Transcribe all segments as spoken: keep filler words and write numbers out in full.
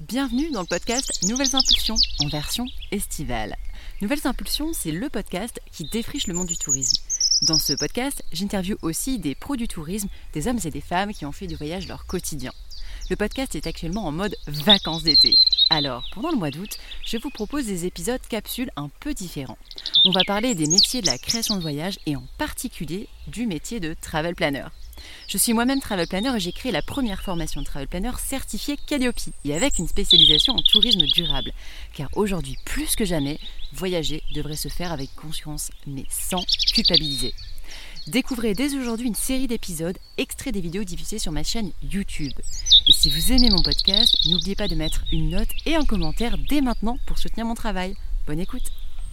Bienvenue dans le podcast Nouvelles Impulsions en version estivale. Nouvelles Impulsions, c'est le podcast qui défriche le monde du tourisme. Dans ce podcast, j'interviewe aussi des pros du tourisme, des hommes et des femmes qui ont fait du voyage leur quotidien. Le podcast est actuellement en mode vacances d'été. Alors, pendant le mois d'août, je vous propose des épisodes capsules un peu différents. On va parler des métiers de la création de voyage et en particulier du métier de travel planner. Je suis moi-même travel planner et j'ai créé la première formation de travel planner certifiée Calliope et avec une spécialisation en tourisme durable. Car aujourd'hui, plus que jamais, voyager devrait se faire avec conscience mais sans culpabiliser. Découvrez dès aujourd'hui une série d'épisodes extraits des vidéos diffusées sur ma chaîne YouTube. Et si vous aimez mon podcast, n'oubliez pas de mettre une note et un commentaire dès maintenant pour soutenir mon travail. Bonne écoute!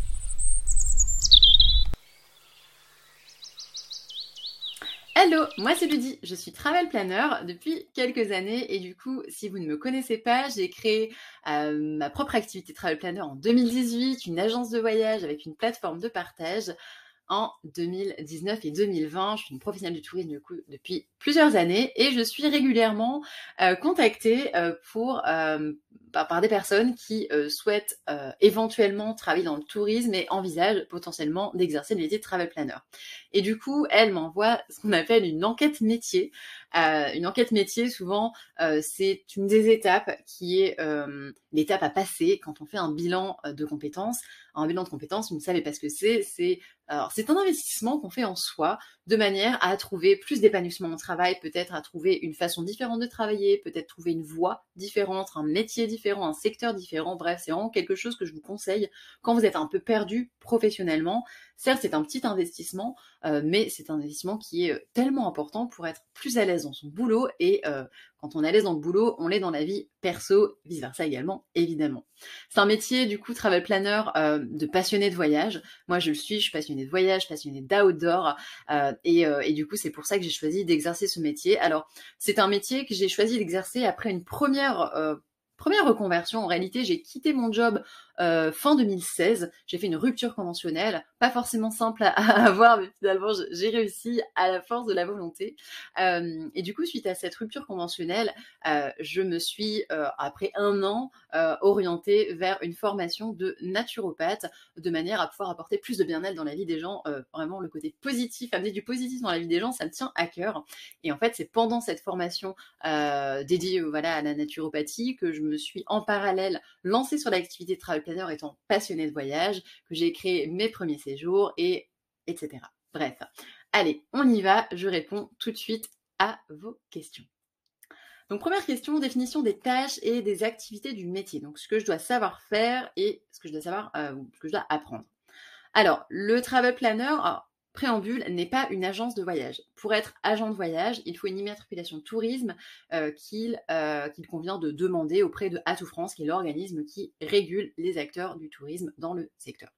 Hello, moi c'est Ludie, je suis travel planner depuis quelques années et du coup, si vous ne me connaissez pas, j'ai créé euh, ma propre activité travel planner en deux mille dix-huit, une agence de voyage avec une plateforme de partage en deux mille dix-neuf et deux mille vingt. Je suis une professionnelle du tourisme du coup, depuis plusieurs années et je suis régulièrement euh, contactée euh, pour, euh, par, par des personnes qui euh, souhaitent euh, éventuellement travailler dans le tourisme et envisagent potentiellement d'exercer le métier de travel planner. Et du coup, elles m'envoient ce qu'on appelle une enquête métier. Euh, une enquête métier, souvent, euh, c'est une des étapes qui est euh, l'étape à passer quand on fait un bilan de compétences. Un bilan de compétences, vous ne savez pas ce que c'est, c'est, alors, c'est un investissement qu'on fait en soi de manière à trouver plus d'épanouissement au travail, peut-être à trouver une façon différente de travailler, peut-être trouver une voie différente, un métier différent, un secteur différent. Bref, c'est vraiment quelque chose que je vous conseille quand vous êtes un peu perdu professionnellement. Certes, c'est un petit investissement, euh, mais c'est un investissement qui est tellement important pour être plus à l'aise dans son boulot et euh, quand on est à l'aise dans le boulot, on l'est dans la vie perso, vice-versa également, évidemment. C'est un métier, du coup, travel planner, euh, de passionné de voyage. Moi, je le suis, je suis passionnée de voyage, passionnée d'outdoor euh, et, euh, et du coup, c'est pour ça que j'ai choisi d'exercer ce métier. Alors, c'est un métier que j'ai choisi d'exercer après une première... Euh, Première reconversion, en réalité, j'ai quitté mon job euh, fin deux mille seize. J'ai fait une rupture conventionnelle, pas forcément simple à, à avoir, mais finalement, j'ai réussi à la force de la volonté. Euh, et du coup, suite à cette rupture conventionnelle, euh, je me suis, euh, après un an, euh, orientée vers une formation de naturopathe, de manière à pouvoir apporter plus de bien-être dans la vie des gens. Euh, vraiment, le côté positif, amener du positif dans la vie des gens, ça me tient à cœur. Et en fait, c'est pendant cette formation euh, dédiée voilà, à la naturopathie que je me suis en parallèle lancée sur l'activité de travel planner étant passionnée de voyage, que j'ai créé mes premiers séjours, et etc. Bref, allez, on y va, je réponds tout de suite à vos questions. Donc première question, définition des tâches et des activités du métier. Donc ce que je dois savoir faire et ce que je dois savoir, euh, ce que je dois apprendre. Alors, le travel planner, alors, préambule, n'est pas une agence de voyage. Pour être agent de voyage, il faut une immatriculation de tourisme euh, qu'il, euh, qu'il convient de demander auprès de Atout France, qui est l'organisme qui régule les acteurs du tourisme dans le secteur.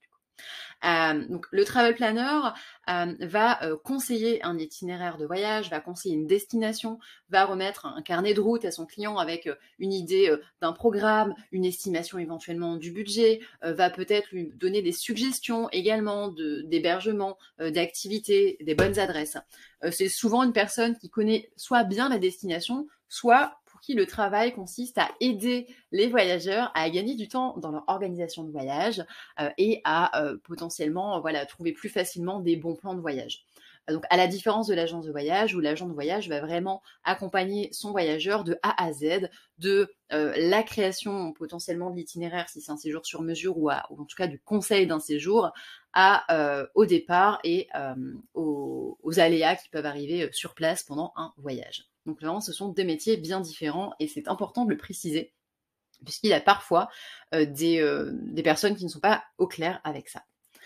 Euh, donc le travel planner euh, va euh, conseiller un itinéraire de voyage, va conseiller une destination, va remettre un carnet de route à son client avec euh, une idée euh, d'un programme, une estimation éventuellement du budget, euh, va peut-être lui donner des suggestions également de, d'hébergement, euh, d'activités, des bonnes adresses. Euh, c'est souvent une personne qui connaît soit bien la destination, soit pour qui le travail consiste à aider les voyageurs à gagner du temps dans leur organisation de voyage euh, et à euh, potentiellement voilà, trouver plus facilement des bons plans de voyage. Donc, à la différence de l'agence de voyage, où l'agent de voyage va vraiment accompagner son voyageur de A à Z, de euh, la création potentiellement de l'itinéraire, si c'est un séjour sur mesure, ou, à, ou en tout cas du conseil d'un séjour, à, euh, au départ et euh, aux, aux aléas qui peuvent arriver sur place pendant un voyage. Donc vraiment, ce sont deux métiers bien différents et c'est important de le préciser, puisqu'il y a parfois euh, des, euh, des personnes qui ne sont pas au clair avec ça.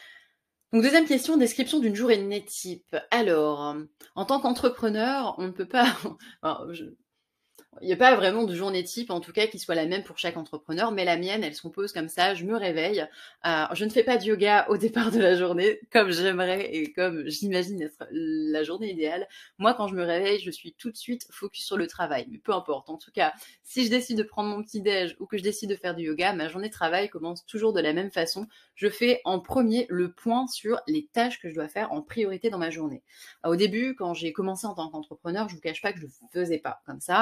Donc deuxième question, description d'une journée type. Alors, en tant qu'entrepreneur, on ne peut pas... Alors, je... Il n'y a pas vraiment de journée type, en tout cas, qui soit la même pour chaque entrepreneur, mais la mienne, elle se compose comme ça, je me réveille. Euh, je ne fais pas de yoga au départ de la journée, comme j'aimerais et comme j'imagine être la journée idéale. Moi, quand je me réveille, je suis tout de suite focus sur le travail, mais peu importe. En tout cas, si je décide de prendre mon petit-déj ou que je décide de faire du yoga, ma journée de travail commence toujours de la même façon. Je fais en premier le point sur les tâches que je dois faire en priorité dans ma journée. Au début, quand j'ai commencé en tant qu'entrepreneur, je vous cache pas que je ne faisais pas comme ça.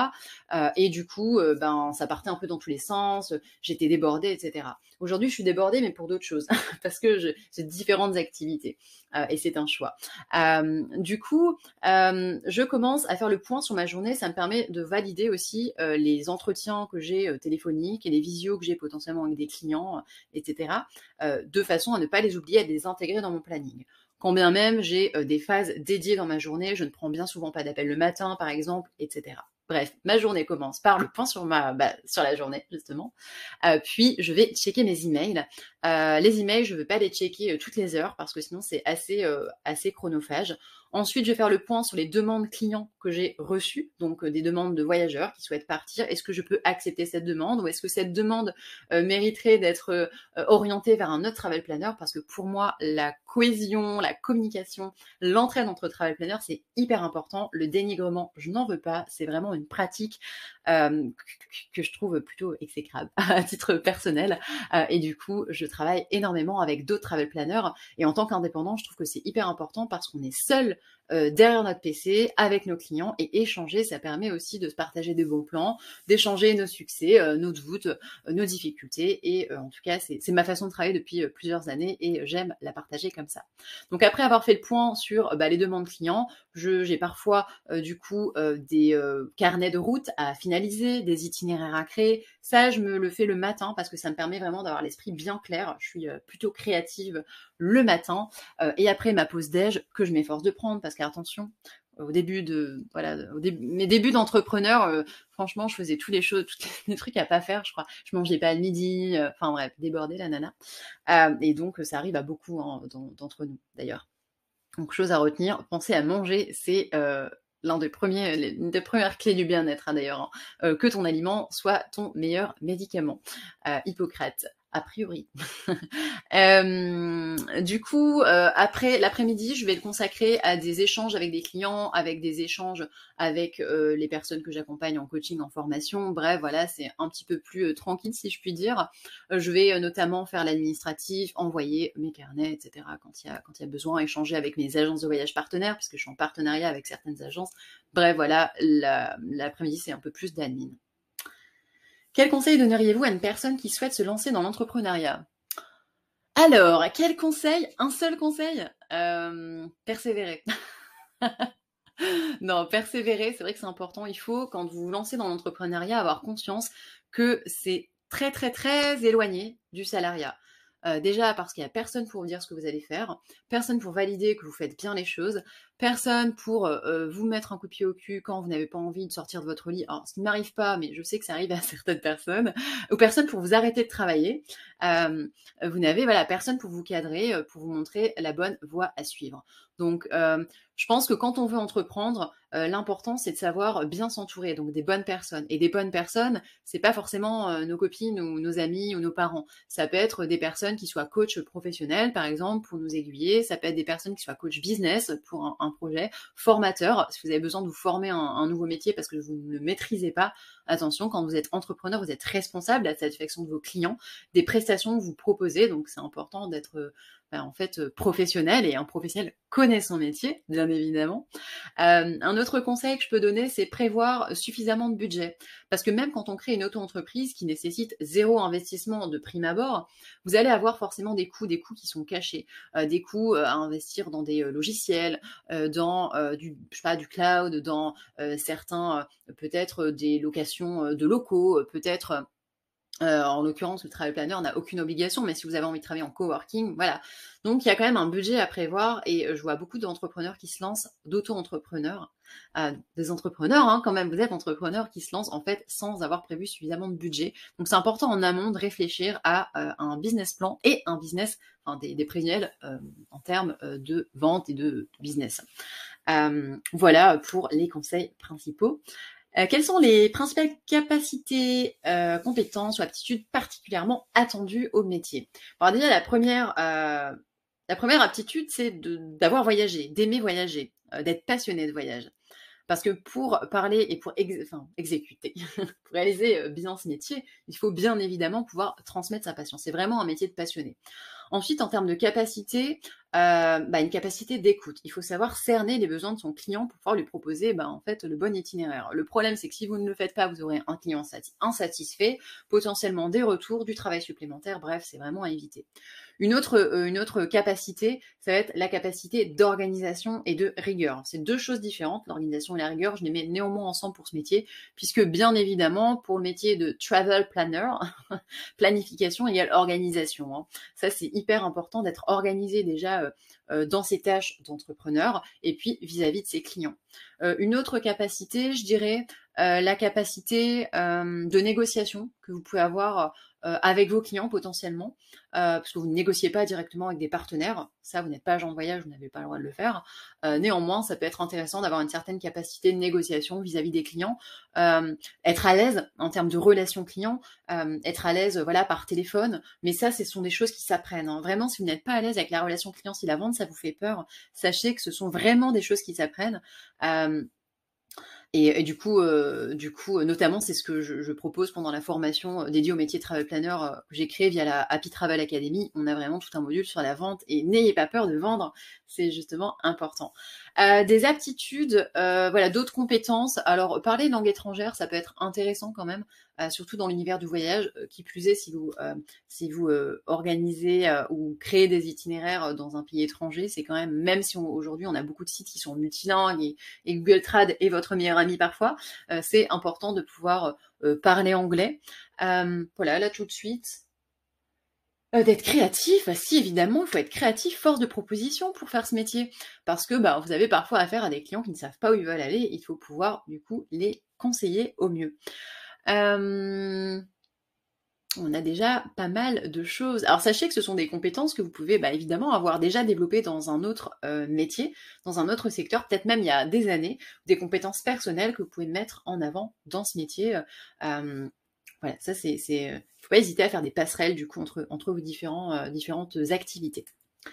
Euh, et du coup, euh, ben, ça partait un peu dans tous les sens, j'étais débordée, et cetera. Aujourd'hui, je suis débordée, mais pour d'autres choses, parce que je- j'ai différentes activités, euh, et c'est un choix. Euh, du coup, euh, je commence à faire le point sur ma journée, ça me permet de valider aussi euh, les entretiens que j'ai euh, téléphoniques et les visios que j'ai potentiellement avec des clients, euh, et cetera, euh, de façon à ne pas les oublier, à les intégrer dans mon planning. Quand bien même j'ai euh, des phases dédiées dans ma journée, je ne prends bien souvent pas d'appel le matin, par exemple, et cetera. Bref, ma journée commence par le point sur ma, bah, sur la journée justement. Euh, puis je vais checker mes emails. Euh, les emails, je ne veux pas les checker euh, toutes les heures parce que sinon c'est assez euh, assez chronophage. Ensuite, je vais faire le point sur les demandes clients que j'ai reçues, donc euh, des demandes de voyageurs qui souhaitent partir. Est-ce que je peux accepter cette demande ou est-ce que cette demande euh, mériterait d'être euh, orientée vers un autre travel planner? Parce que pour moi, la cohésion, la communication, l'entraide entre travel planners, c'est hyper important. Le dénigrement, je n'en veux pas. C'est vraiment une pratique euh, que je trouve plutôt exécrable à titre personnel. Euh, et du coup, je travaille énormément avec d'autres travel planners. Et en tant qu'indépendant, je trouve que c'est hyper important parce qu'on est seul euh, derrière notre P C avec nos clients et échanger, ça permet aussi de se partager des bons plans, d'échanger nos succès, euh, nos doutes, euh, nos difficultés. Et euh, en tout cas, c'est ma façon de travailler depuis euh, plusieurs années et euh, j'aime la partager comme ça. Donc après avoir fait le point sur bah, les demandes clients, j'ai parfois euh, du coup euh, des euh, carnets de route à finaliser, des itinéraires à créer. Ça, je me le fais le matin parce que ça me permet vraiment d'avoir l'esprit bien clair. Je suis euh, plutôt créative le matin euh, et après ma pause déj que je m'efforce de prendre parce qu'attention, au début de voilà, au début, mes débuts d'entrepreneur, euh, franchement, je faisais tous les choses, tous les trucs à pas faire, je crois. Je mangeais pas le midi, euh, enfin bref, débordée la nana. Euh, et donc ça arrive à beaucoup hein, d'entre nous d'ailleurs. Donc chose à retenir, penser à manger, c'est euh, l'un des premiers, l'une des premières clés du bien-être hein, d'ailleurs, hein, euh, que ton aliment soit ton meilleur médicament. Euh, Hippocrate, a priori. Euh, du coup, euh, après l'après-midi, je vais le consacrer à des échanges avec des clients, avec des échanges avec euh, les personnes que j'accompagne en coaching, en formation. Bref, voilà, c'est un petit peu plus euh, tranquille si je puis dire. Euh, je vais euh, notamment faire l'administratif, envoyer mes carnets, et cetera. Quand il y a quand il y a besoin, échanger avec mes agences de voyage partenaires, puisque je suis en partenariat avec certaines agences. Bref, voilà, l'après-midi, c'est un peu plus d'admin. Quel conseil donneriez-vous à une personne qui souhaite se lancer dans l'entrepreneuriat? Alors, quel conseil? Un seul conseil? euh, Persévérer. Non, persévérer, c'est vrai que c'est important. Il faut, quand vous vous lancez dans l'entrepreneuriat, avoir conscience que c'est très très très éloigné du salariat. Euh, déjà parce qu'il n'y a personne pour vous dire ce que vous allez faire, personne pour valider que vous faites bien les choses, personne pour euh, vous mettre un coup de pied au cul quand vous n'avez pas envie de sortir de votre lit. Alors, ce qui ne m'arrive pas, mais je sais que ça arrive à certaines personnes, ou personne pour vous arrêter de travailler. Euh, vous n'avez voilà personne pour vous cadrer, euh, pour vous montrer la bonne voie à suivre. Donc, euh, je pense que quand on veut entreprendre, euh, l'important c'est de savoir bien s'entourer, donc des bonnes personnes. Et des bonnes personnes, c'est pas forcément euh, nos copines ou nos amis ou nos parents. Ça peut être des personnes qui soient coach professionnels, par exemple, pour nous aiguiller. Ça peut être des personnes qui soient coach business pour un, un projet, formateur, si vous avez besoin de vous former un, un nouveau métier parce que vous ne maîtrisez pas. Attention, quand vous êtes entrepreneur, vous êtes responsable de la satisfaction de vos clients, des prestations que vous proposez, donc c'est important d'être euh, ben, en fait euh, professionnel, et un professionnel connaît son métier, bien évidemment. Euh, un autre conseil que je peux donner, c'est prévoir suffisamment de budget. Parce que même quand on crée une auto-entreprise qui nécessite zéro investissement de prime abord, vous allez avoir forcément des coûts, des coûts qui sont cachés, euh, des coûts euh, à investir dans des euh, logiciels, euh, dans euh, du, je sais pas, du cloud, dans euh, certains, euh, peut-être des locations euh, de locaux, euh, peut-être... Euh, en l'occurrence, le travel planner n'a aucune obligation, mais si vous avez envie de travailler en coworking, voilà. Donc il y a quand même un budget à prévoir, et euh, je vois beaucoup d'entrepreneurs qui se lancent, d'auto-entrepreneurs, euh, des entrepreneurs hein, quand même, vous êtes entrepreneurs qui se lancent en fait sans avoir prévu suffisamment de budget. Donc c'est important en amont de réfléchir à euh, un business plan et un business, enfin des, des prévisionnels euh, en termes euh, de vente et de business. Euh, voilà pour les conseils principaux. Euh, quelles sont les principales capacités, euh, compétences ou aptitudes particulièrement attendues au métier? Alors déjà, la première, euh, la première aptitude, c'est d'avoir voyagé, d'aimer voyager, euh, d'être passionné de voyage. Parce que pour parler et pour ex enfin, exécuter, pour réaliser euh, bien ce métier, il faut bien évidemment pouvoir transmettre sa passion. C'est vraiment un métier de passionné. Ensuite, en termes de capacité, euh, bah, une capacité d'écoute. Il faut savoir cerner les besoins de son client pour pouvoir lui proposer bah, en fait, le bon itinéraire. Le problème, c'est que si vous ne le faites pas, vous aurez un client insatisfait, potentiellement des retours, du travail supplémentaire, bref, c'est vraiment à éviter. Une autre, euh, une autre capacité, ça va être la capacité d'organisation et de rigueur. C'est deux choses différentes, l'organisation et la rigueur, je les mets néanmoins ensemble pour ce métier, puisque bien évidemment, pour le métier de travel planner, planification égale organisation. Hein. Ça, c'est hyper important d'être organisé déjà euh, euh, dans ses tâches d'entrepreneur et puis vis-à-vis de ses clients. Euh, une autre capacité, je dirais, euh, la capacité euh, de négociation que vous pouvez avoir euh, avec vos clients potentiellement, euh, parce que vous ne négociez pas directement avec des partenaires, ça vous n'êtes pas agent de voyage, vous n'avez pas le droit de le faire. Euh, néanmoins, ça peut être intéressant d'avoir une certaine capacité de négociation vis-à-vis des clients, euh, être à l'aise en termes de relations clients, euh, être à l'aise voilà par téléphone, mais ça, ce sont des choses qui s'apprennent. Hein. Vraiment, si vous n'êtes pas à l'aise avec la relation client, si la vente ça vous fait peur, sachez que ce sont vraiment des choses qui s'apprennent. Euh, Et, et du coup, euh, du coup, notamment, c'est ce que je, je propose pendant la formation dédiée au métier de travel planner euh, que j'ai créé via la Happy Travel Academy. On a vraiment tout un module sur la vente et n'ayez pas peur de vendre, c'est justement important. Euh, des aptitudes, euh, voilà, d'autres compétences. Alors, parler langue étrangère, ça peut être intéressant quand même, euh, surtout dans l'univers du voyage. Euh, qui plus est, si vous, euh, si vous euh, organisez euh, ou créez des itinéraires dans un pays étranger, c'est quand même, même si on, aujourd'hui on a beaucoup de sites qui sont multilingues et, et Google Trad est votre meilleur ami parfois, euh, c'est important de pouvoir euh, parler anglais. Euh, voilà, là tout de suite. Euh, d'être créatif, bah, si évidemment, il faut être créatif, force de proposition pour faire ce métier. Parce que bah, vous avez parfois affaire à des clients qui ne savent pas où ils veulent aller, il faut pouvoir du coup les conseiller au mieux. Euh... On a déjà pas mal de choses. Alors sachez que ce sont des compétences que vous pouvez bah, évidemment avoir déjà développées dans un autre euh, métier, dans un autre secteur, peut-être même il y a des années, des compétences personnelles que vous pouvez mettre en avant dans ce métier. Euh, voilà, ça c'est... c'est euh, faut pas hésiter à faire des passerelles du coup entre, entre vos différents, euh, différentes activités.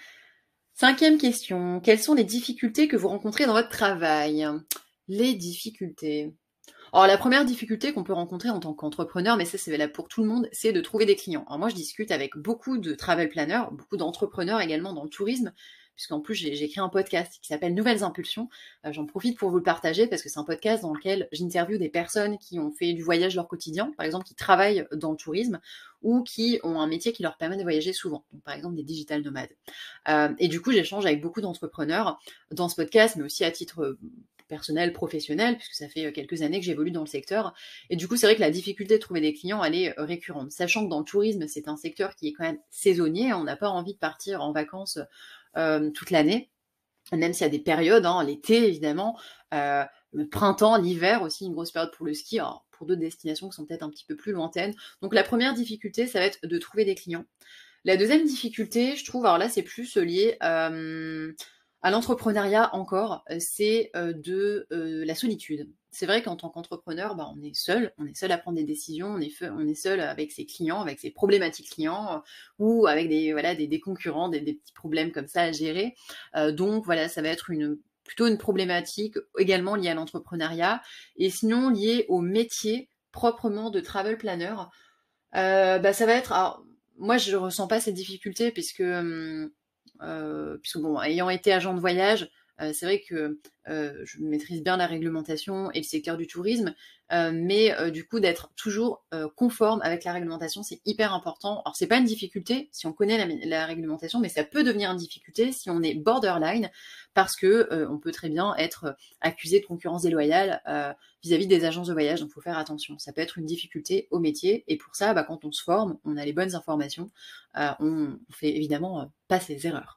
Cinquième question, quelles sont les difficultés que vous rencontrez dans votre travail? Les difficultés. Alors la première difficulté qu'on peut rencontrer en tant qu'entrepreneur, mais ça c'est là pour tout le monde, c'est de trouver des clients. Alors moi je discute avec beaucoup de travel planners, beaucoup d'entrepreneurs également dans le tourisme, puisqu'en plus j'ai, j'ai créé un podcast qui s'appelle Nouvelles Impulsions. Euh, j'en profite pour vous le partager parce que c'est un podcast dans lequel j'interviewe des personnes qui ont fait du voyage leur quotidien, par exemple qui travaillent dans le tourisme ou qui ont un métier qui leur permet de voyager souvent, donc par exemple des digital nomades. Euh, et du coup j'échange avec beaucoup d'entrepreneurs dans ce podcast, mais aussi à titre personnel, professionnel, puisque ça fait quelques années que j'évolue dans le secteur. Et du coup, c'est vrai que la difficulté de trouver des clients, elle est récurrente. Sachant que dans le tourisme, c'est un secteur qui est quand même saisonnier. On n'a pas envie de partir en vacances euh, toute l'année, même s'il y a des périodes, hein, l'été évidemment, euh, le printemps, l'hiver aussi, une grosse période pour le ski, alors pour d'autres destinations qui sont peut-être un petit peu plus lointaines. Donc la première difficulté, ça va être de trouver des clients. La deuxième difficulté, je trouve, alors là, c'est plus lié euh, à l'entrepreneuriat encore, c'est euh, de euh, la solitude. C'est vrai qu'en tant qu'entrepreneur, bah, on est seul, on est seul à prendre des décisions, on est, on est seul avec ses clients, avec ses problématiques clients, euh, ou avec des, voilà, des, des concurrents, des, des petits problèmes comme ça à gérer. Euh, donc voilà, ça va être une plutôt une problématique également liée à l'entrepreneuriat, et sinon liée au métier proprement de travel planner. Euh, bah, ça va être... Alors, moi, je ressens pas cette difficulté puisque, euh, puisque bon, ayant été agent de voyage, euh, c'est vrai que euh, je maîtrise bien la réglementation et le secteur du tourisme, euh, mais euh, du coup d'être toujours euh, conforme avec la réglementation, c'est hyper important. Alors c'est pas une difficulté si on connaît la, la réglementation, mais ça peut devenir une difficulté si on est borderline, parce que euh, on peut très bien être accusé de concurrence déloyale euh, vis-à-vis des agences de voyage, donc il faut faire attention. Ça peut être une difficulté au métier, et pour ça, bah, quand on se forme, on a les bonnes informations, euh, on, on fait évidemment euh, pas ces erreurs.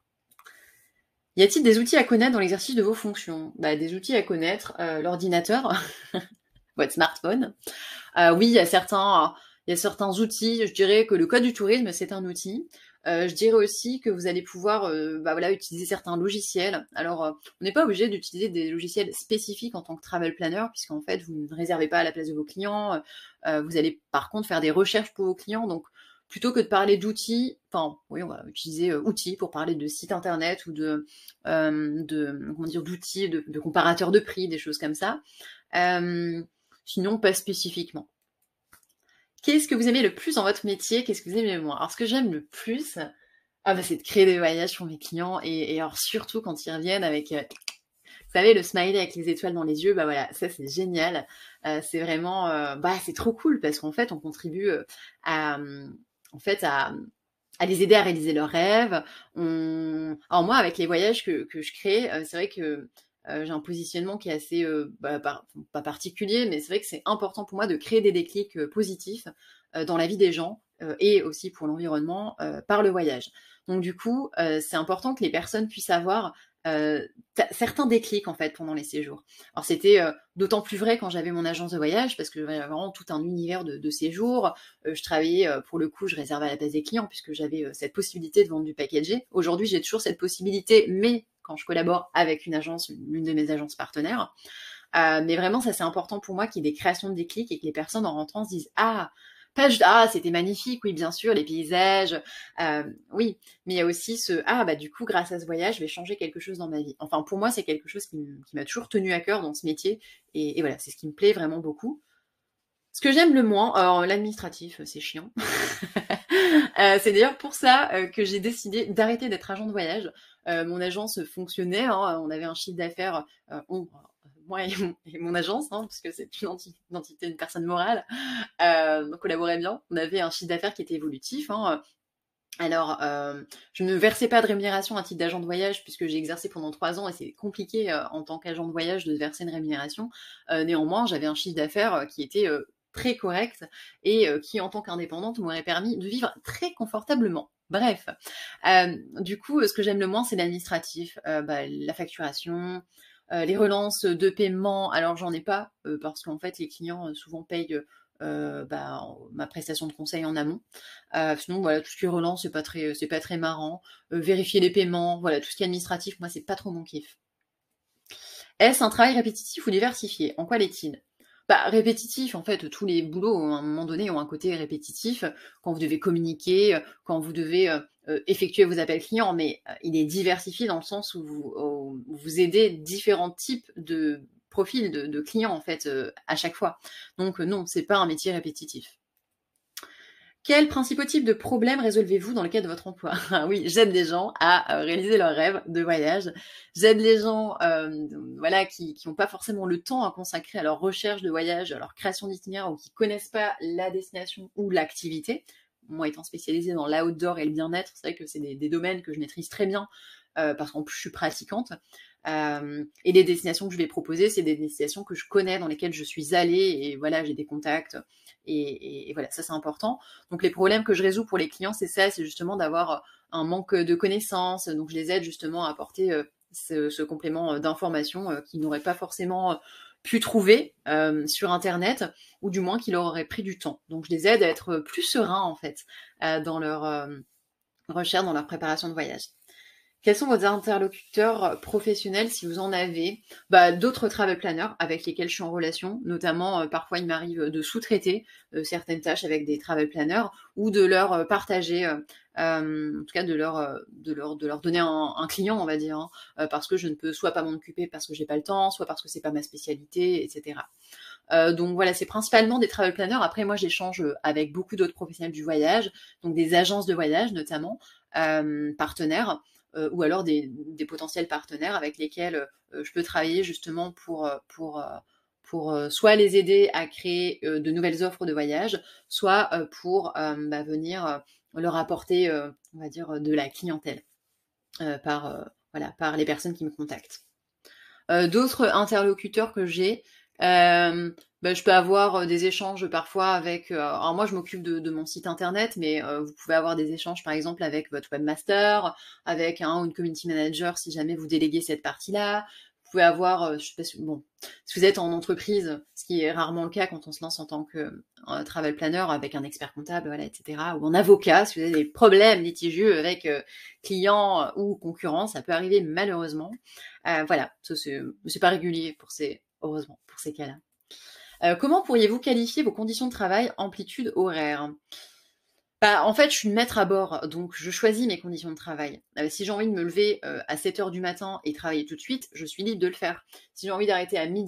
Y a-t-il des outils à connaître dans l'exercice de vos fonctions? Bah, des outils à connaître, euh, l'ordinateur, votre smartphone. Euh, oui, il y a certains, il y a certains outils. Je dirais que le code du tourisme, c'est un outil. Euh, je dirais aussi que vous allez pouvoir, euh, bah voilà, utiliser certains logiciels. Alors, euh, on n'est pas obligé d'utiliser des logiciels spécifiques en tant que travel planner, puisqu'en fait, vous ne réservez pas à la place de vos clients. Euh, vous allez par contre faire des recherches pour vos clients. Donc, plutôt que de parler d'outils, enfin, oui, on va utiliser euh, outils pour parler de sites internet ou de, euh, de comment dire, d'outils, de, de comparateurs de prix, des choses comme ça. Euh, sinon, pas spécifiquement. Qu'est-ce que vous aimez le plus dans votre métier? Qu'est-ce que vous aimez le moins? Alors, ce que j'aime le plus, Ah bah, c'est de créer des voyages pour mes clients et et alors surtout quand ils reviennent avec, heu, vous savez le smiley avec les étoiles dans les yeux, bah, voilà, ça c'est génial. Heu, c'est vraiment, heu, bah, c'est trop cool parce qu'en fait on contribue, heu, à, mmh, en fait à, mmh, à les aider à réaliser leurs rêves. On alors moi avec les voyages que que je crée, heu, c'est vrai que, heu, j'ai un positionnement qui est assez, heu, bah, par pas particulier, mais c'est vrai que c'est important pour moi de créer des déclics, heu, positifs, heu, dans la vie des gens, heu, et aussi pour l'environnement, heu, par le voyage. Donc du coup, heu, c'est important que les personnes puissent avoir, heu, ta certains déclics en fait pendant les séjours. Alors c'était, heu, d'autant plus vrai quand j'avais mon agence de voyage parce que j'avais vraiment tout un univers de de séjours. Heu, je travaillais, heu, pour le coup, je réservais à la place des clients puisque j'avais, heu, cette possibilité de vendre du packagé. Aujourd'hui, j'ai toujours cette possibilité, mais quand je collabore avec une agence, l'une de mes agences partenaires. Heu, mais vraiment, ça c'est important pour moi qu'il y ait des créations de déclics et que les personnes en rentrant se disent: «Ah, pas juste «Ah, c'était magnifique», oui bien sûr, les paysages, heu, oui, mais il y a aussi ce: «Ah bah du coup grâce à ce voyage, je vais changer quelque chose dans ma vie». Enfin pour moi, c'est quelque chose qui m qui m'a toujours tenu à cœur dans ce métier et et voilà, c'est ce qui me plaît vraiment beaucoup. Ce que j'aime le moins, alors l'administratif, c'est chiant. Heu, c'est d'ailleurs pour ça, heu, que j'ai décidé d'arrêter d'être agent de voyage. Heu, mon agence fonctionnait, hein, on avait un chiffre d'affaires, heu, on moi et mon et mon agence, hein, parce que c'est une enti une entité, une personne morale, heu, on collaborait bien. On avait un chiffre d'affaires qui était évolutif, hein, alors, heu, je ne versais pas de rémunération à titre d'agent de voyage puisque j'ai exercé pendant trois ans et c'est compliqué, heu, en tant qu'agent de voyage de verser une rémunération. Heu, néanmoins, j'avais un chiffre d'affaires, heu, qui était, heu, très correct et heu, qui en tant qu'indépendante m'aurait permis de vivre très confortablement. Bref, hem, du coup, ce que j'aime le moins, c'est l'administratif, heu, bah, la facturation, heu, les relances de paiement. Alors j'en ai pas, heu, parce qu'en fait les clients, heu, souvent payent, heu heu, bah, ma prestation de conseil en amont. Heu, sinon voilà, tout ce qui est relance, c'est pas très c'est pas très marrant. Heu, vérifier les paiements, voilà, tout ce qui est administratif, moi, c'est pas trop mon kiff. Est-ce un travail répétitif ou diversifié? En quoi l'est-il? Bah, répétitif, en fait, tous les boulots, à un moment donné, ont un côté répétitif. Quand vous devez communiquer, heu, quand vous devez, heu heu, effectuer vos appels clients, mais heu, il est diversifié dans le sens où vous au vous aidez différents types de profils de de clients, en fait, heu, à chaque fois. Donc heu, non, c'est pas un métier répétitif. Quels principaux types de problèmes résolvez-vous dans le cadre de votre emploi? Ah oui, j'aide les gens à, heu, réaliser leurs rêves de voyage. J'aide les gens, hem, voilà, qui qui ont pas forcément le temps à consacrer à leur recherche de voyage, à leur création d'itinéraire ou qui connaissent pas la destination ou l'activité. Moi, étant spécialisée dans l'outdoor et le bien-être, c'est vrai que c'est des des domaines que je maîtrise très bien, heu, parce qu'en plus je suis pratiquante. Hem et les destinations que je vais proposer, c'est des destinations que je connais, dans lesquelles je suis allée et voilà, j'ai des contacts et et et voilà, ça c'est important. Donc les problèmes que je résous pour les clients, c'est ça, c'est justement d'avoir un manque de connaissances. Donc je les aide justement à apporter euh, ce, ce complément d'information euh, qu'ils n'auraient pas forcément pu trouver euh, sur Internet, ou du moins qui leur aurait pris du temps. Donc je les aide à être plus sereins en fait euh, dans leur euh, recherche, dans leur préparation de voyage. Quels sont vos interlocuteurs professionnels, si vous en avez? Bah, d'autres travel planners avec lesquels je suis en relation, notamment euh, parfois il m'arrive de sous-traiter euh, certaines tâches avec des travel planners ou de leur euh, partager, euh, euh, en tout cas de leur, euh, de leur, de leur donner un, un client, on va dire, hein, euh, parce que je ne peux soit pas m'en occuper parce que j'ai pas le temps, soit parce que c'est pas ma spécialité, et cetera. Euh, donc voilà, c'est principalement des travel planners. Après, moi, j'échange avec beaucoup d'autres professionnels du voyage, donc des agences de voyage notamment, euh, partenaires, euh, ou alors des, des, potentiels partenaires avec lesquels euh, je peux travailler justement pour, pour, pour euh, soit les aider à créer euh, de nouvelles offres de voyage, soit euh, pour euh, bah, venir euh, leur apporter, euh, on va dire, de la clientèle euh, par, euh, voilà, par les personnes qui me contactent. Euh, d'autres interlocuteurs que j'ai, euh, ben, je peux avoir euh, des échanges parfois avec... euh, alors moi, je m'occupe de, de mon site internet, mais euh, vous pouvez avoir des échanges, par exemple, avec votre webmaster, avec un ou une community manager, si jamais vous déléguez cette partie-là. Vous pouvez avoir, euh, je sais pas si, bon, si vous êtes en entreprise, ce qui est rarement le cas quand on se lance en tant que euh, travel planner avec un expert comptable, voilà, et cetera, ou en avocat, si vous avez des problèmes litigieux avec euh, clients ou concurrents, ça peut arriver malheureusement. Euh, voilà, ça c'est, c'est pas régulier pour ces, heureusement, pour ces cas-là. Euh, comment pourriez-vous qualifier vos conditions de travail, amplitude horaire? Bah, en fait, je suis une maître à bord, donc je choisis mes conditions de travail. Euh, si j'ai envie de me lever euh, à sept heures du matin et travailler tout de suite, je suis libre de le faire. Si j'ai envie d'arrêter à midi,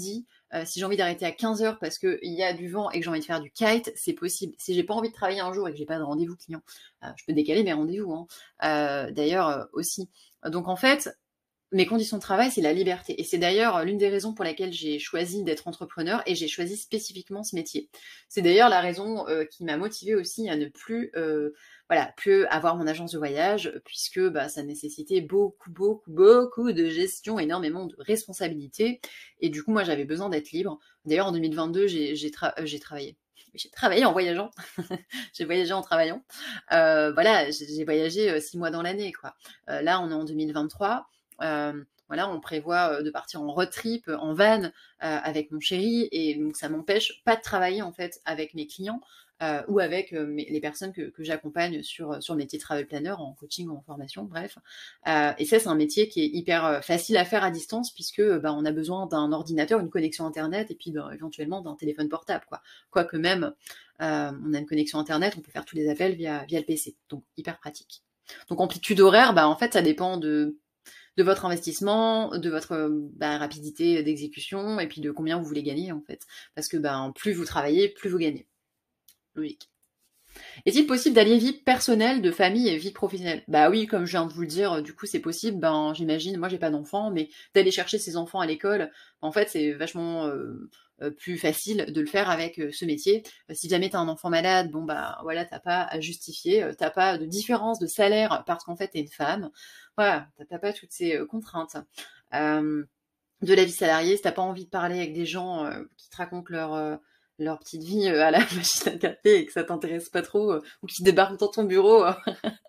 Euh, si j'ai envie d'arrêter à quinze heures parce qu'il y a du vent et que j'ai envie de faire du kite, c'est possible. Si j'ai pas envie de travailler un jour et que j'ai pas de rendez-vous client, euh, je peux décaler mes rendez-vous, hein. Euh, d'ailleurs euh, aussi. Donc en fait, mes conditions de travail, c'est la liberté. Et c'est d'ailleurs l'une des raisons pour laquelle j'ai choisi d'être entrepreneur et j'ai choisi spécifiquement ce métier. C'est d'ailleurs la raison euh, qui m'a motivée aussi à ne plus, euh, voilà, plus avoir mon agence de voyage, puisque bah, ça nécessitait beaucoup, beaucoup, beaucoup de gestion, énormément de responsabilités. Et du coup, moi, j'avais besoin d'être libre. D'ailleurs, en deux mille vingt-deux, j'ai, j'ai, tra- euh, j'ai travaillé. J'ai travaillé en voyageant. J'ai voyagé en travaillant. Euh, voilà, j'ai, j'ai voyagé euh, six mois dans l'année, quoi. Euh, là, on est en deux mille vingt-trois. Euh, voilà, on prévoit de partir en road trip, en van, euh, avec mon chéri, et donc ça m'empêche pas de travailler en fait avec mes clients euh, ou avec euh, mes, les personnes que, que j'accompagne sur sur le métier de travel planner, en coaching ou en formation, bref. Euh, et ça, c'est un métier qui est hyper facile à faire à distance puisque bah, on a besoin d'un ordinateur, une connexion internet, et puis bah, éventuellement d'un téléphone portable, quoi. Quoique même, euh, on a une connexion internet, on peut faire tous les appels via via le P C, donc hyper pratique. Donc amplitude horaire, bah en fait, ça dépend de de votre investissement, de votre bah, rapidité d'exécution et puis de combien vous voulez gagner en fait. Parce que bah, plus vous travaillez, plus vous gagnez. Logique. Est-il possible d'allier vie personnelle, de famille et vie professionnelle? Bah oui, comme je viens de vous le dire, du coup c'est possible, ben j'imagine, moi j'ai pas d'enfants, mais d'aller chercher ses enfants à l'école, en fait c'est vachement euh, euh, plus facile de le faire avec euh, ce métier. Euh, si jamais t'as un enfant malade, bon bah voilà, t'as pas à justifier, euh, t'as pas de différence de salaire parce qu'en fait t'es une femme, voilà, t'as t'as pas toutes ces euh, contraintes. Euh, de la vie salariée, si t'as pas envie de parler avec des gens euh, qui te racontent leur euh, leur petite vie euh, à la machine à café et que ça t'intéresse pas trop, euh, ou qui débarquent dans ton bureau, euh,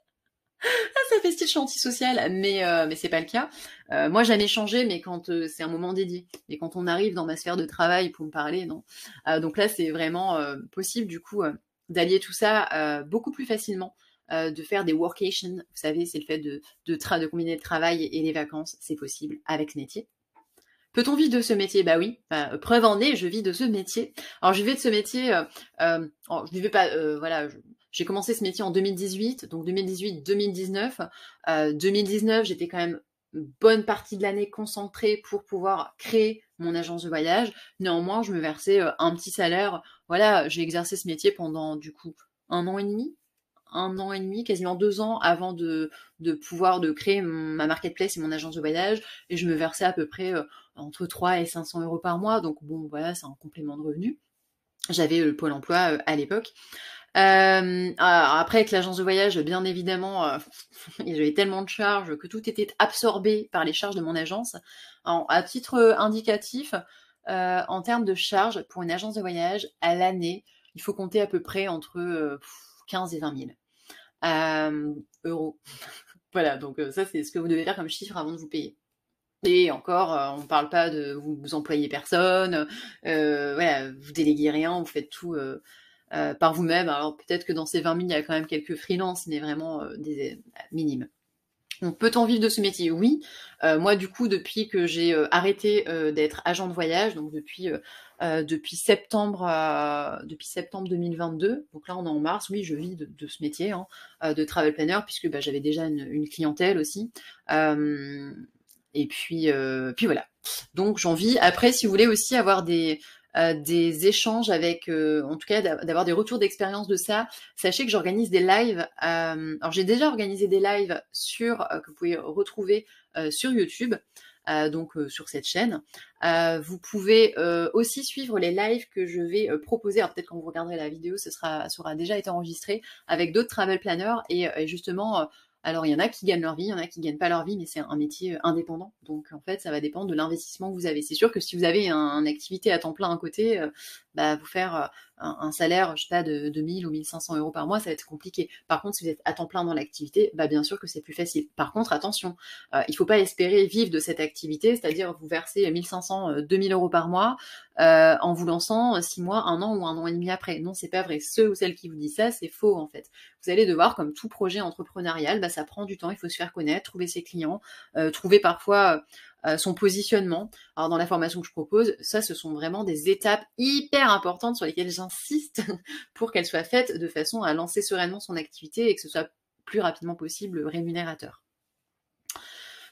ah, ça fait style, je suis antisocial, mais euh, mais c'est pas le cas. Euh, moi, jamais changé, mais quand euh, c'est un moment dédié, et quand on arrive dans ma sphère de travail pour me parler, non. Euh, donc là, c'est vraiment euh, possible du coup euh, d'allier tout ça euh, beaucoup plus facilement. Euh, de faire des workations, vous savez, c'est le fait de de, tra- de combiner le travail et les vacances, c'est possible avec ce métier. Peut-on vivre de ce métier? Bah oui. Bah, preuve en est, je vis de ce métier. Alors je vivais de ce métier. Euh, euh, oh, je vivais pas. Euh, voilà. je- J'ai commencé ce métier en deux mille dix-huit, donc deux mille dix-huit, deux mille dix-neuf. Euh, deux mille dix-neuf, j'étais quand même une bonne partie de l'année concentrée pour pouvoir créer mon agence de voyage. Néanmoins, je me versais euh, un petit salaire. Voilà, j'ai exercé ce métier pendant du coup un an et demi, un an et demi, quasiment deux ans avant de, de pouvoir de créer mon- ma marketplace et mon agence de voyage. Et je me versais à peu près euh, entre trois et cinq cents euros par mois. Donc bon, voilà, c'est un complément de revenu. J'avais le Pôle emploi euh, à l'époque. Euh, alors après, avec l'agence de voyage, bien évidemment, euh, j'avais tellement de charges que tout était absorbé par les charges de mon agence. En- à titre euh, indicatif, euh, en termes de charges pour une agence de voyage, à l'année, il faut compter à peu près entre euh, quinze et vingt mille euh, euros. Voilà, donc euh, ça c'est ce que vous devez faire comme chiffre avant de vous payer. Et encore, euh, on ne parle pas de vous, vous employez personne, euh, voilà, vous déléguez rien, vous faites tout euh, euh, par vous-même. Alors peut-être que dans ces vingt mille, il y a quand même quelques freelances, mais vraiment euh, des euh, minimes. Donc peut-on vivre de ce métier? Oui. Euh, moi du coup depuis que j'ai euh, arrêté euh, d'être agent de voyage, donc depuis euh, euh, depuis septembre euh, depuis septembre deux mille vingt-deux, donc là on est en mars, oui je vis de, de ce métier hein, euh, de travel planner puisque bah, j'avais déjà une, une clientèle aussi. Euh, et puis euh, puis voilà. Donc j'en vis. Après si vous voulez aussi avoir des euh, des échanges avec, euh, en tout cas d'avoir des retours d'expérience de ça. Sachez que j'organise des lives. Euh, alors j'ai déjà organisé des lives sur euh, que vous pouvez retrouver euh, sur YouTube, euh, donc euh, sur cette chaîne. Euh, vous pouvez euh, aussi suivre les lives que je vais euh, proposer. Alors peut-être quand vous regarderez la vidéo, ce sera, ça aura déjà été enregistré avec d'autres travel planners et, et justement. Euh, alors, il y en a qui gagnent leur vie, il y en a qui gagnent pas leur vie, mais c'est un métier euh, indépendant. Donc, en fait, ça va dépendre de l'investissement que vous avez. C'est sûr que si vous avez un, une activité à temps plein à côté, euh, bah, vous faire euh, un, un salaire, je sais pas, de, de mille ou mille cinq cents euros par mois, ça va être compliqué. Par contre, si vous êtes à temps plein dans l'activité, bah, bien sûr que c'est plus facile. Par contre, attention, euh, il faut pas espérer vivre de cette activité, c'est-à-dire vous verser mille cinq cents, euh, deux mille euros par mois euh, en vous lançant six mois, un an ou un an et demi après. Non, c'est pas vrai. Ceux ou celles qui vous disent ça, c'est faux en fait. Vous allez devoir, comme tout projet entrepreneurial, bah, ça prend du temps, il faut se faire connaître, trouver ses clients, euh, trouver parfois euh, son positionnement. Alors dans la formation que je propose, ça ce sont vraiment des étapes hyper importantes sur lesquelles j'insiste pour qu'elles soient faites de façon à lancer sereinement son activité et que ce soit plus rapidement possible rémunérateur.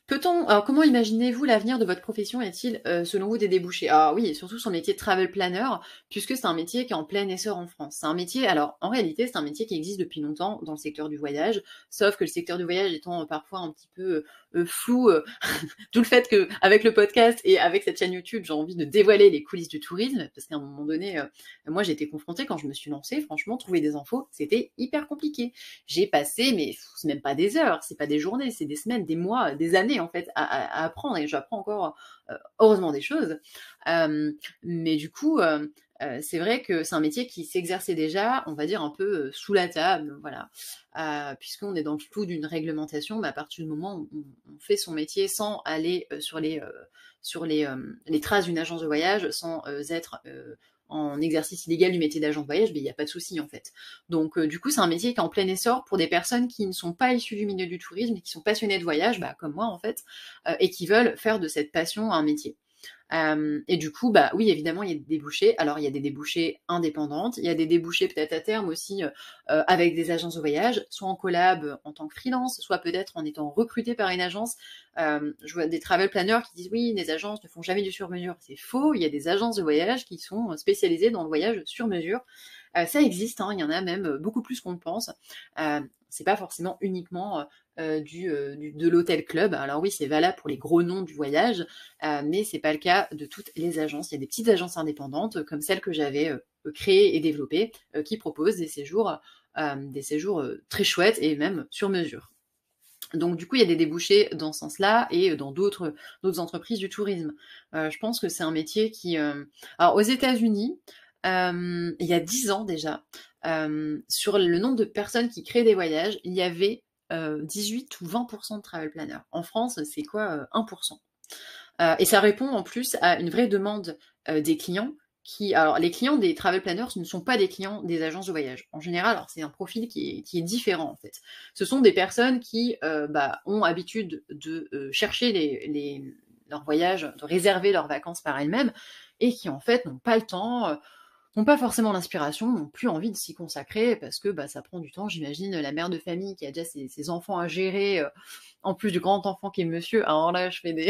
Peut-on, alors comment imaginez-vous l'avenir de votre profession? Y a-t-il, euh, selon vous, des débouchés? Ah oui, et surtout sur le métier de travel planner, puisque c'est un métier qui est en plein essor en France. C'est un métier, alors en réalité, c'est un métier qui existe depuis longtemps dans le secteur du voyage, sauf que le secteur du voyage étant euh, parfois un petit peu euh, flou, euh, d'où le fait que avec le podcast et avec cette chaîne YouTube, j'ai envie de dévoiler les coulisses du tourisme, parce qu'à un moment donné, euh, moi j'ai été confrontée quand je me suis lancée, franchement, trouver des infos, c'était hyper compliqué. J'ai passé, mais pff, c'est même pas des heures, c'est pas des journées, c'est des semaines, des mois, des années en fait à, à- à apprendre, et j'apprends encore euh, heureusement des choses. Euh, mais du coup, euh, euh, c'est vrai que c'est un métier qui s'exerçait déjà, on va dire un peu euh, sous la table, voilà, euh, puisqu'on est dans le flou d'une réglementation, mais à partir du moment où on, on fait son métier sans aller euh, sur les euh, sur les, euh, les traces d'une agence de voyage, sans euh, être euh, en exercice illégal du métier d'agent de voyage, mais il n'y a pas de souci en fait. Donc euh, du coup, c'est un métier qui est en plein essor pour des personnes qui ne sont pas issues du milieu du tourisme et qui sont passionnées de voyage, bah, comme moi en fait, euh, et qui veulent faire de cette passion un métier. Euh, et du coup, bah oui, évidemment, il y a des débouchés. Alors, il y a des débouchés indépendantes, il y a des débouchés peut-être à terme aussi euh, euh, avec des agences de voyage, soit en collab euh, en tant que freelance, soit peut-être en étant recruté par une agence. Euh, je vois des travel planners qui disent oui, les agences ne font jamais du sur-mesure. C'est faux, il y a des agences de voyage qui sont spécialisées dans le voyage sur mesure. Euh, ça existe, hein, il y en a même beaucoup plus qu'on le pense. Euh, c'est pas forcément uniquement euh, du, euh, du, de l'hôtel club. Alors oui, c'est valable pour les gros noms du voyage, euh, mais c'est pas le cas de toutes les agences. Il y a des petites agences indépendantes, comme celle que j'avais euh, créée et développée, euh, qui proposent des séjours, euh, des séjours euh, très chouettes et même sur mesure. Donc du coup, il y a des débouchés dans ce sens-là et dans d'autres d'autres entreprises du tourisme. Euh, je pense que c'est un métier qui... euh, Alors aux États-Unis, euh, il y a dix ans déjà, euh, sur le nombre de personnes qui créent des voyages, il y avait euh, dix-huit ou vingt pour cent de travel planners. En France, c'est quoi euh, un pour cent. Euh, et ça répond en plus à une vraie demande euh, des clients qui, alors les clients des travel planners ne sont pas des clients des agences de voyage. En général, alors c'est un profil qui est, qui est différent en fait. Ce sont des personnes qui euh, bah, ont habitude de euh, chercher les, les, leurs voyages, de réserver leurs vacances par elles-mêmes et qui en fait n'ont pas le temps, euh, n'ont pas forcément l'inspiration, n'ont plus envie de s'y consacrer parce que bah, ça prend du temps. J'imagine la mère de famille qui a déjà ses, ses enfants à gérer, euh, en plus du grand enfant qui est monsieur. Alors là, je fais des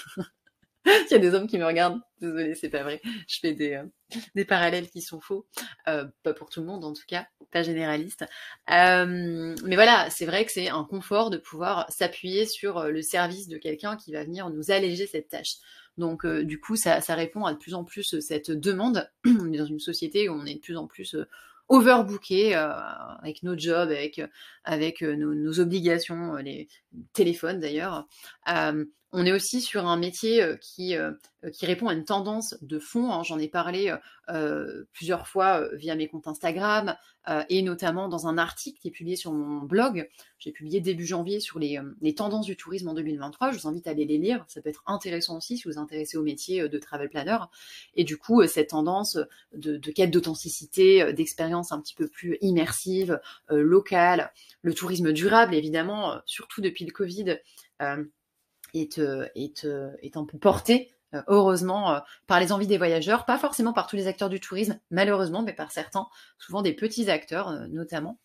il y a des hommes qui me regardent. Désolée, c'est pas vrai. Je fais des, euh, des parallèles qui sont faux. Euh, pas pour tout le monde, en tout cas. Pas généraliste. Euh, mais voilà, c'est vrai que c'est un confort de pouvoir s'appuyer sur le service de quelqu'un qui va venir nous alléger cette tâche. Donc, euh, du coup, ça, ça répond à de plus en plus cette demande. On est dans une société où on est de plus en plus euh, overbooké euh, avec nos jobs, avec, avec euh, nos, nos obligations, euh, les téléphones d'ailleurs. Euh, on est aussi sur un métier euh, qui, euh, qui répond à une tendance de fond, hein. J'en ai parlé euh, plusieurs fois euh, via mes comptes Instagram euh, et notamment dans un article qui est publié sur mon blog. J'ai publié début janvier sur les, euh, les tendances du tourisme en deux mille vingt-trois. Je vous invite à aller les lire. Ça peut être intéressant aussi si vous vous intéressez au métier euh, de travel planner. Et du coup, euh, cette tendance de, de quête d'authenticité, euh, d'expérience un petit peu plus immersive, euh, locale, le tourisme durable, évidemment, euh, surtout depuis le Covid, euh, est, euh, est, euh, est un peu porté, euh, heureusement, euh, par les envies des voyageurs, pas forcément par tous les acteurs du tourisme, malheureusement, mais par certains, souvent des petits acteurs euh, notamment.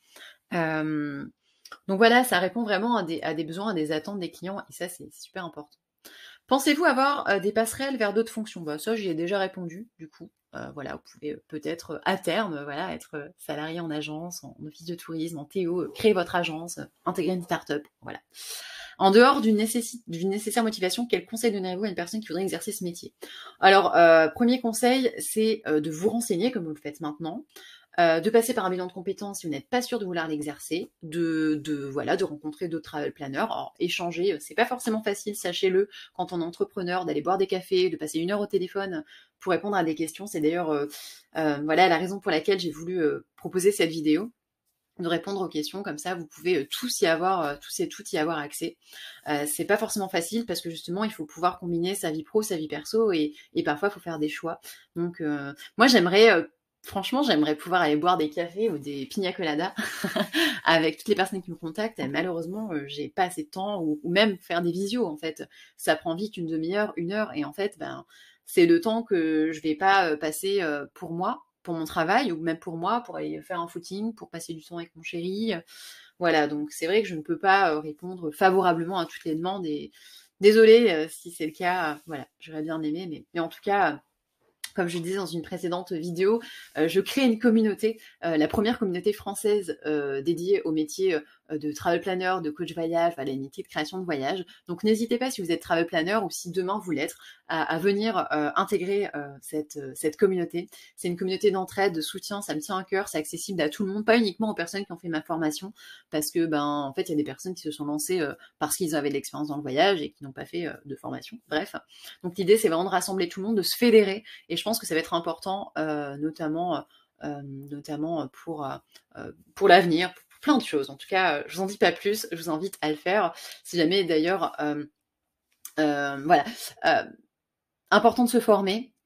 Euh, donc voilà, ça répond vraiment à des, à des besoins, à des attentes des clients, et ça, c'est super important. Pensez-vous avoir euh, des passerelles vers d'autres fonctions? Bah, ça, j'y ai déjà répondu, du coup. Euh, voilà, vous pouvez euh, peut-être euh, à terme, euh, voilà, être euh, salarié en agence, en office de tourisme, en Théo, euh, créer votre agence, euh, intégrer une start-up, voilà. En dehors d'une, nécessi- d'une nécessaire motivation, quel conseil donneriez-vous à une personne qui voudrait exercer ce métier? Alors, euh, premier conseil, c'est euh, de vous renseigner, comme vous le faites maintenant, euh, de passer par un bilan de compétences si vous n'êtes pas sûr de vouloir l'exercer, de, de voilà, de rencontrer d'autres travel planners. Alors, échanger, euh, c'est pas forcément facile, sachez-le, quand on est entrepreneur, d'aller boire des cafés, de passer une heure au téléphone pour répondre à des questions. C'est d'ailleurs euh, euh, voilà la raison pour laquelle j'ai voulu euh, proposer cette vidéo, de répondre aux questions, comme ça vous pouvez euh, tous y avoir, euh, tous et toutes y avoir accès. Euh, c'est pas forcément facile parce que justement il faut pouvoir combiner sa vie pro, sa vie perso et, et parfois il faut faire des choix. Donc euh, moi j'aimerais, euh, franchement j'aimerais pouvoir aller boire des cafés ou des pina coladas avec toutes les personnes qui me contactent. Et malheureusement euh, j'ai pas assez de temps ou, ou même faire des visios en fait. Ça prend vite une demi-heure, une heure et en fait ben c'est le temps que je vais pas euh, passer euh, pour moi, pour mon travail, ou même pour moi, pour aller faire un footing, pour passer du temps avec mon chéri. Voilà, donc c'est vrai que je ne peux pas euh, répondre favorablement à toutes les demandes et, désolée euh, si c'est le cas, euh, voilà, j'aurais bien aimé, mais, mais en tout cas, euh, comme je disais dans une précédente vidéo, euh, je crée une communauté, euh, la première communauté française euh, dédiée au métier euh, de travel planner, de coach voyage, voilà, les métiers de création de voyage. Donc n'hésitez pas si vous êtes travel planner ou si demain vous l'êtes, à, à venir euh, intégrer euh, cette, euh, cette communauté. C'est une communauté d'entraide, de soutien, ça me tient à cœur, c'est accessible à tout le monde, pas uniquement aux personnes qui ont fait ma formation, parce que ben en fait il y a des personnes qui se sont lancées euh, parce qu'ils avaient de l'expérience dans le voyage et qui n'ont pas fait euh, de formation. Bref, donc l'idée c'est vraiment de rassembler tout le monde, de se fédérer, et je pense que ça va être important, euh, notamment, euh, notamment pour, euh, pour l'avenir, pour plein de choses. En tout cas, je vous en dis pas plus, je vous invite à le faire. Si jamais d'ailleurs, euh, euh, voilà, euh, important de se former.